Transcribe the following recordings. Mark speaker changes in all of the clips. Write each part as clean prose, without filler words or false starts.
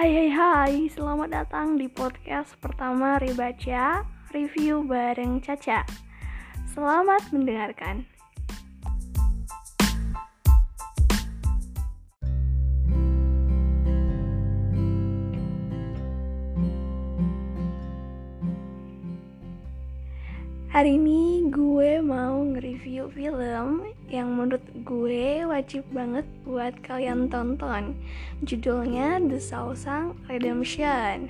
Speaker 1: Hai, selamat datang di podcast pertama Ribaca, review bareng Caca. Selamat mendengarkan. Hari ini gue mau nge-review film yang menurut gue wajib banget buat kalian tonton. Judulnya The Shawshank Redemption.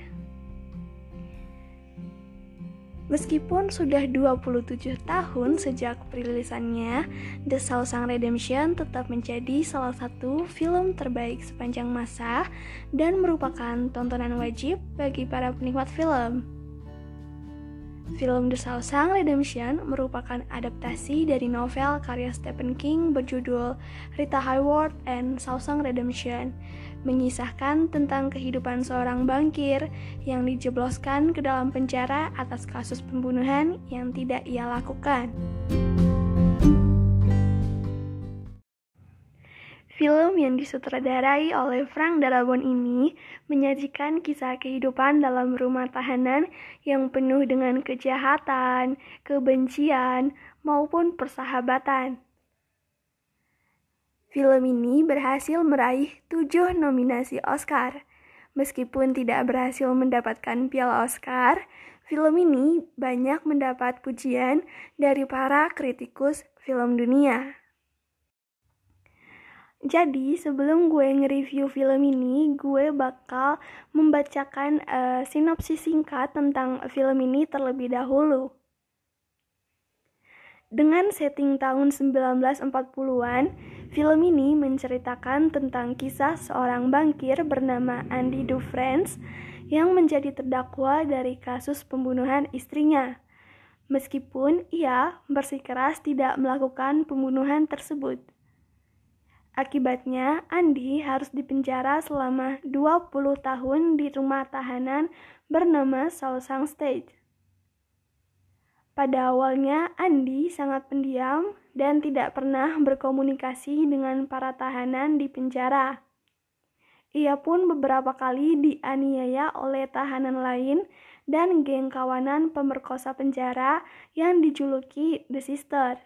Speaker 1: Meskipun sudah 27 tahun sejak perilisannya, The Shawshank Redemption tetap menjadi salah satu film terbaik sepanjang masa dan merupakan tontonan wajib bagi para penikmat film. Film The Shawshank Redemption merupakan adaptasi dari novel karya Stephen King berjudul Rita Hayworth and Shawshank Redemption, mengisahkan tentang kehidupan seorang bankir yang dijebloskan ke dalam penjara atas kasus pembunuhan yang tidak ia lakukan. Film yang disutradarai oleh Frank Darabont ini menyajikan kisah kehidupan dalam rumah tahanan yang penuh dengan kejahatan, kebencian, maupun persahabatan. Film ini berhasil meraih 7 nominasi Oscar. Meskipun tidak berhasil mendapatkan piala Oscar, film ini banyak mendapat pujian dari para kritikus film dunia. Jadi sebelum gue nge-review film ini, gue bakal membacakan sinopsis singkat tentang film ini terlebih dahulu. Dengan setting tahun 1940-an, film ini menceritakan tentang kisah seorang bankir bernama Andy Dufresne yang menjadi terdakwa dari kasus pembunuhan istrinya. Meskipun ia bersikeras tidak melakukan pembunuhan tersebut. Akibatnya, Andy harus dipenjara selama 20 tahun di rumah tahanan bernama Shawshank State. Pada awalnya, Andy sangat pendiam dan tidak pernah berkomunikasi dengan para tahanan di penjara. Ia pun beberapa kali dianiaya oleh tahanan lain dan geng kawanan pemerkosa penjara yang dijuluki The Sister.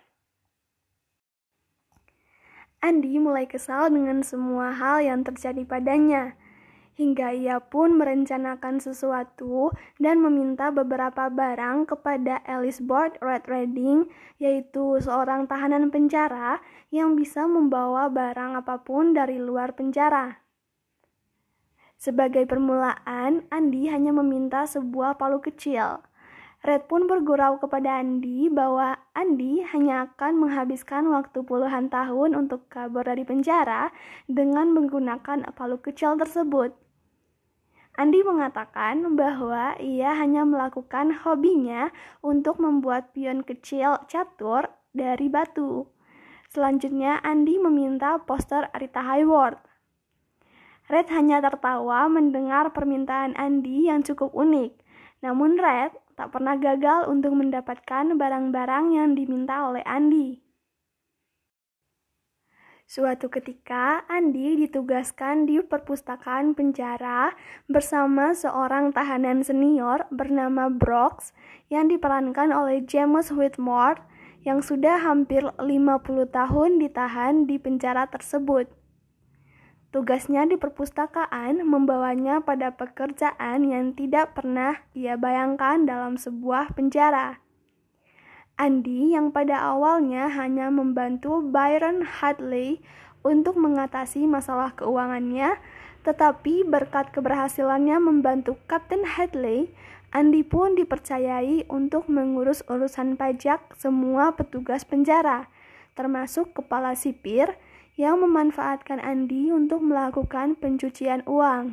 Speaker 1: Andy mulai kesal dengan semua hal yang terjadi padanya, hingga ia pun merencanakan sesuatu dan meminta beberapa barang kepada Elizabeth Red Redding, yaitu seorang tahanan penjara yang bisa membawa barang apapun dari luar penjara. Sebagai permulaan, Andy hanya meminta sebuah palu kecil. Red pun bergurau kepada Andy bahwa Andy hanya akan menghabiskan waktu puluhan tahun untuk kabur dari penjara dengan menggunakan palu kecil tersebut. Andy mengatakan bahwa ia hanya melakukan hobinya untuk membuat pion kecil catur dari batu. Selanjutnya Andy meminta poster Rita Hayworth. Red hanya tertawa mendengar permintaan Andy yang cukup unik. Namun Red tak pernah gagal untuk mendapatkan barang-barang yang diminta oleh Andy. Suatu ketika, Andy ditugaskan di perpustakaan penjara bersama seorang tahanan senior bernama Brooks yang diperankan oleh James Whitmore yang sudah hampir 50 tahun ditahan di penjara tersebut. Tugasnya di perpustakaan membawanya pada pekerjaan yang tidak pernah ia bayangkan dalam sebuah penjara. Andy yang pada awalnya hanya membantu Byron Hadley untuk mengatasi masalah keuangannya, tetapi berkat keberhasilannya membantu Kapten Hadley, Andy pun dipercayai untuk mengurus urusan pajak semua petugas penjara, termasuk kepala sipir, yang memanfaatkan Andy untuk melakukan pencucian uang.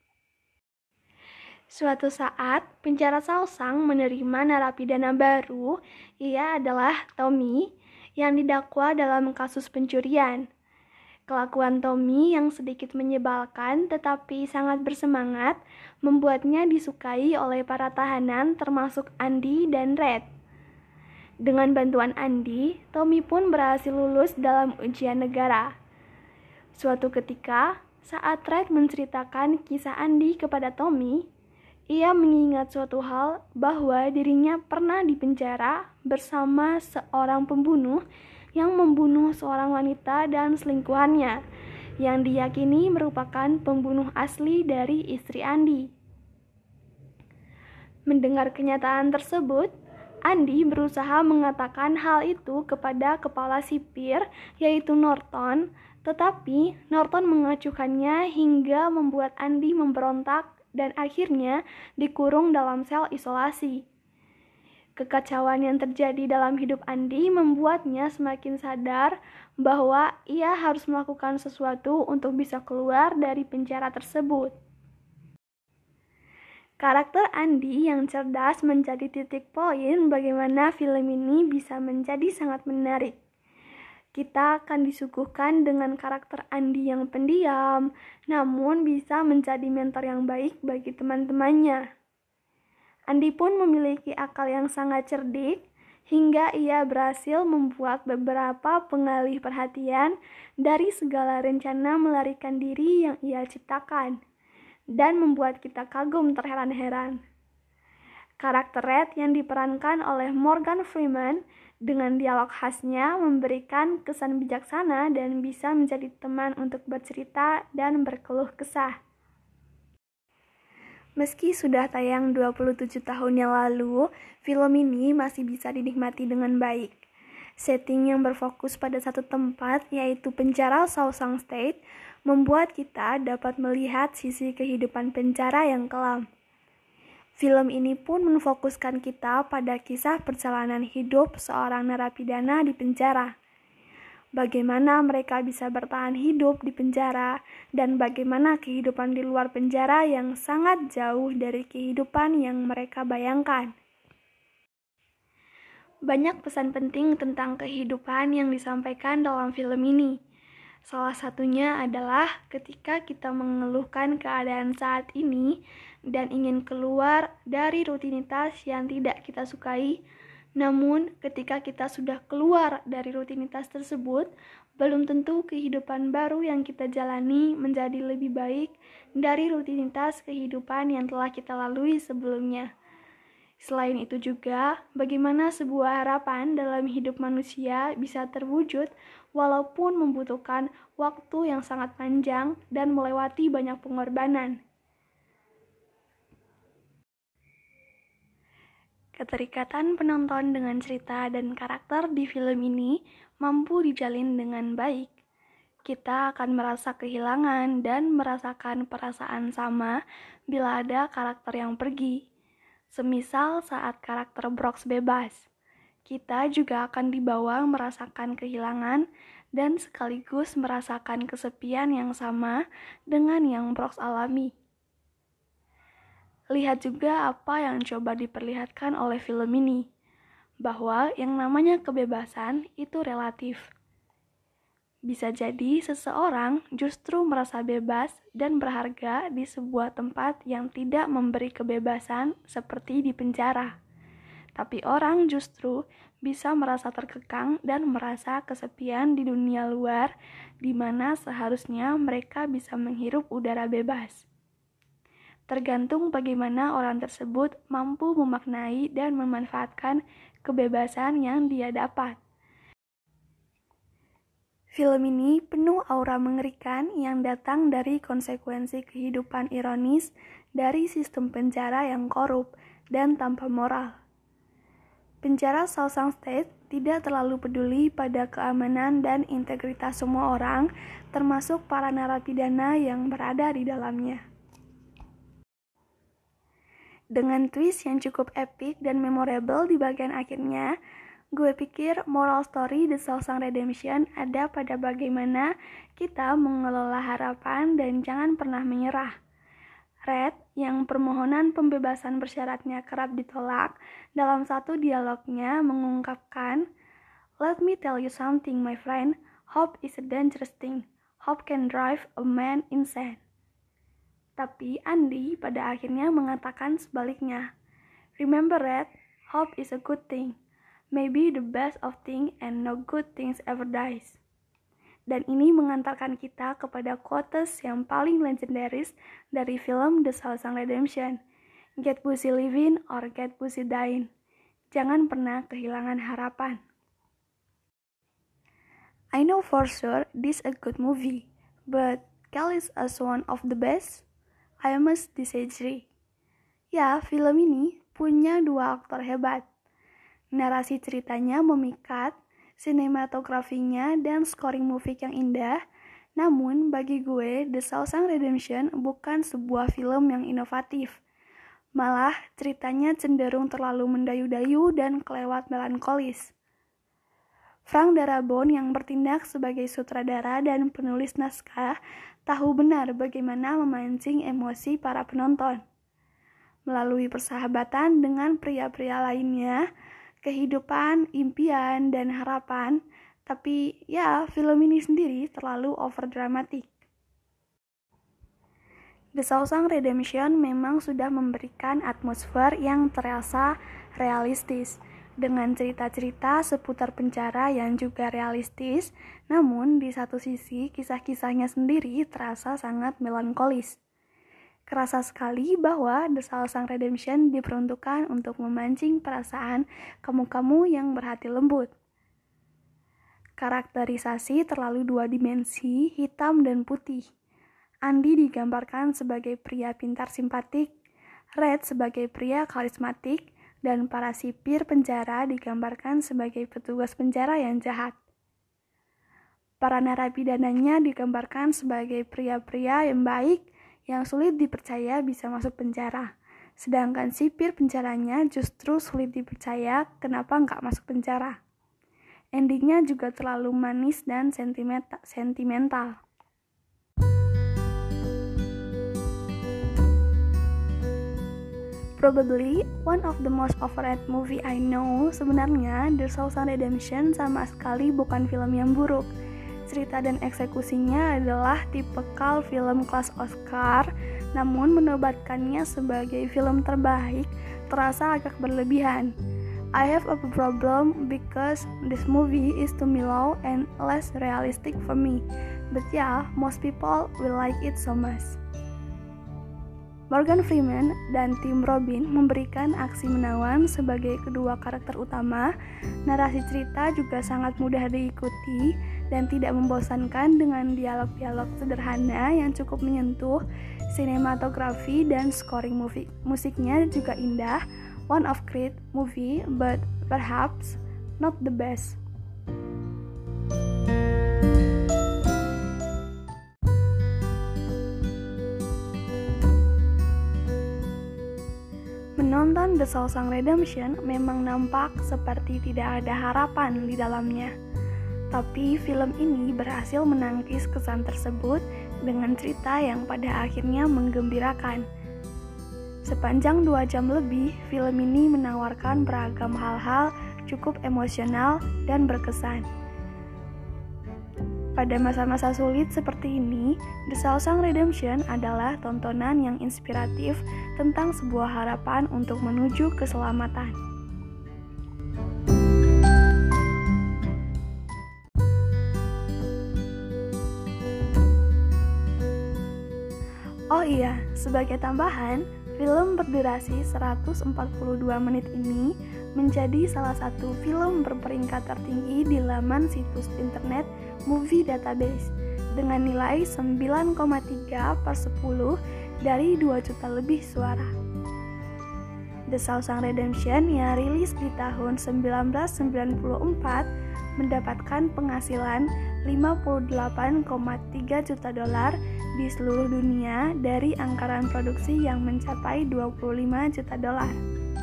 Speaker 1: Suatu saat, penjara Shawshank menerima narapidana baru. Ia adalah Tommy yang didakwa dalam kasus pencurian. Kelakuan Tommy yang sedikit menyebalkan tetapi sangat bersemangat membuatnya disukai oleh para tahanan termasuk Andy dan Red. Dengan bantuan Andy, Tommy pun berhasil lulus dalam ujian negara. Suatu ketika, Saat Red menceritakan kisah Andy kepada Tommy, ia mengingat suatu hal bahwa dirinya pernah dipenjara bersama seorang pembunuh yang membunuh seorang wanita dan selingkuhannya, yang diyakini merupakan pembunuh asli dari istri Andy. Mendengar kenyataan tersebut, Andy berusaha mengatakan hal itu kepada kepala sipir, yaitu Norton, tetapi Norton mengacuhkannya hingga membuat Andy memberontak dan akhirnya dikurung dalam sel isolasi. Kekacauan yang terjadi dalam hidup Andy membuatnya semakin sadar bahwa ia harus melakukan sesuatu untuk bisa keluar dari penjara tersebut. Karakter Andy yang cerdas menjadi titik poin bagaimana film ini bisa menjadi sangat menarik. Kita akan disuguhkan dengan karakter Andy yang pendiam, namun bisa menjadi mentor yang baik bagi teman-temannya. Andy pun memiliki akal yang sangat cerdik, hingga ia berhasil membuat beberapa pengalih perhatian dari segala rencana melarikan diri yang ia ciptakan, dan membuat kita kagum terheran-heran. Karakter Red yang diperankan oleh Morgan Freeman dengan dialog khasnya memberikan kesan bijaksana dan bisa menjadi teman untuk bercerita dan berkeluh kesah. Meski sudah tayang 27 tahun yang lalu, film ini masih bisa dinikmati dengan baik. Setting yang berfokus pada satu tempat, yaitu penjara Shawshank State, membuat kita dapat melihat sisi kehidupan penjara yang kelam. Film ini pun memfokuskan kita pada kisah perjalanan hidup seorang narapidana di penjara. Bagaimana mereka bisa bertahan hidup di penjara, dan bagaimana kehidupan di luar penjara yang sangat jauh dari kehidupan yang mereka bayangkan. Banyak pesan penting tentang kehidupan yang disampaikan dalam film ini. Salah satunya adalah ketika kita mengeluhkan keadaan saat ini dan ingin keluar dari rutinitas yang tidak kita sukai, namun ketika kita sudah keluar dari rutinitas tersebut, belum tentu kehidupan baru yang kita jalani menjadi lebih baik dari rutinitas kehidupan yang telah kita lalui sebelumnya. Selain itu juga, bagaimana sebuah harapan dalam hidup manusia bisa terwujud walaupun membutuhkan waktu yang sangat panjang dan melewati banyak pengorbanan. Keterikatan penonton dengan cerita dan karakter di film ini mampu dijalin dengan baik. Kita akan merasa kehilangan dan merasakan perasaan sama bila ada karakter yang pergi. Semisal saat karakter Brooks bebas, kita juga akan dibawa merasakan kehilangan dan sekaligus merasakan kesepian yang sama dengan yang Brooks alami. Lihat juga apa yang coba diperlihatkan oleh film ini, bahwa yang namanya kebebasan itu relatif. Bisa jadi seseorang justru merasa bebas dan berharga di sebuah tempat yang tidak memberi kebebasan seperti di penjara. Tapi orang justru bisa merasa terkekang dan merasa kesepian di dunia luar, di mana seharusnya mereka bisa menghirup udara bebas. Tergantung bagaimana orang tersebut mampu memaknai dan memanfaatkan kebebasan yang dia dapat. Film ini penuh aura mengerikan yang datang dari konsekuensi kehidupan ironis dari sistem penjara yang korup dan tanpa moral. Penjara Shawshank State tidak terlalu peduli pada keamanan dan integritas semua orang, termasuk para narapidana yang berada di dalamnya. Dengan twist yang cukup epik dan memorable di bagian akhirnya, gue pikir moral story The Shawshank Redemption ada pada bagaimana kita mengelola harapan dan jangan pernah menyerah. Red, yang permohonan pembebasan bersyaratnya kerap ditolak, dalam satu dialognya mengungkapkan, "Let me tell you something, my friend. Hope is a dangerous thing. Hope can drive a man insane." Tapi Andy pada akhirnya mengatakan sebaliknya. "Remember, Red, hope is a good thing. Maybe the best of things and no good things ever dies." Dan ini mengantarkan kita kepada quotes yang paling legendaris dari film The Shawshank Redemption. Get busy living or get busy dying. Jangan pernah kehilangan harapan. I know for sure this a good movie, but Kelly's as one of the best? I must disagree. Ya, film ini punya 2 aktor hebat. Narasi ceritanya memikat, sinematografinya dan scoring musik yang indah. Namun bagi gue, The Shawshank Redemption bukan sebuah film yang inovatif. Malah ceritanya cenderung terlalu mendayu-dayu dan kelewat melankolis. Frank Darabont yang bertindak sebagai sutradara dan penulis naskah tahu benar bagaimana memancing emosi para penonton. Melalui persahabatan dengan pria-pria lainnya, kehidupan, impian, dan harapan, tapi ya film ini sendiri terlalu overdramatik. The Shawshank Redemption memang sudah memberikan atmosfer yang terasa realistis, dengan cerita-cerita seputar penjara yang juga realistis, namun di satu sisi kisah-kisahnya sendiri terasa sangat melankolis. Kerasa sekali bahwa The Shawshank Redemption diperuntukkan untuk memancing perasaan kamu-kamu yang berhati lembut. Karakterisasi terlalu 2 dimensi, hitam dan putih. Andy digambarkan sebagai pria pintar simpatik, Red sebagai pria karismatik, dan para sipir penjara digambarkan sebagai petugas penjara yang jahat. Para narapidananya digambarkan sebagai pria-pria yang baik, yang sulit dipercaya bisa masuk penjara. Sedangkan sipir penjaranya justru sulit dipercaya kenapa nggak masuk penjara. Endingnya juga terlalu manis dan sentimental. Probably one of the most overrated movie I know. Sebenarnya The Shawshank Redemption sama sekali bukan film yang buruk. Cerita dan eksekusinya adalah tipikal film kelas Oscar, namun menobatkannya sebagai film terbaik terasa agak berlebihan. I have a problem because this movie is too mellow and less realistic for me. But yeah, most people will like it so much. Morgan Freeman dan Tim Robbins memberikan aksi menawan sebagai kedua karakter utama. Narasi cerita juga sangat mudah diikuti dan tidak membosankan dengan dialog-dialog sederhana yang cukup menyentuh. Sinematografi dan scoring musiknya juga indah. One of great movie, but perhaps not the best. Menonton The Shawshank Redemption memang nampak seperti tidak ada harapan di dalamnya. Tapi film ini berhasil menangkis kesan tersebut dengan cerita yang pada akhirnya menggembirakan. Sepanjang 2 jam lebih, film ini menawarkan beragam hal-hal cukup emosional dan berkesan. Pada masa-masa sulit seperti ini, The Shawshank Redemption adalah tontonan yang inspiratif tentang sebuah harapan untuk menuju keselamatan. Oh iya, sebagai tambahan, film berdurasi 142 menit ini menjadi salah satu film berperingkat tertinggi di laman situs internet Movie Database dengan nilai 9,3/10 dari 2 juta lebih suara. The Shawshank Redemption yang rilis di tahun 1994 mendapatkan penghasilan 58,3 juta dolar di seluruh dunia dari anggaran produksi yang mencapai 25 juta dolar.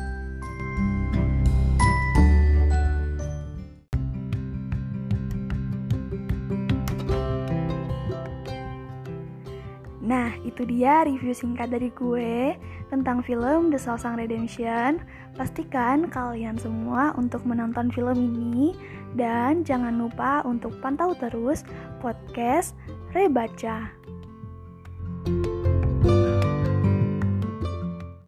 Speaker 1: Nah, itu dia review singkat dari gue tentang film The Shawshank Redemption. Pastikan kalian semua untuk menonton film ini dan jangan lupa untuk pantau terus podcast Rebaca.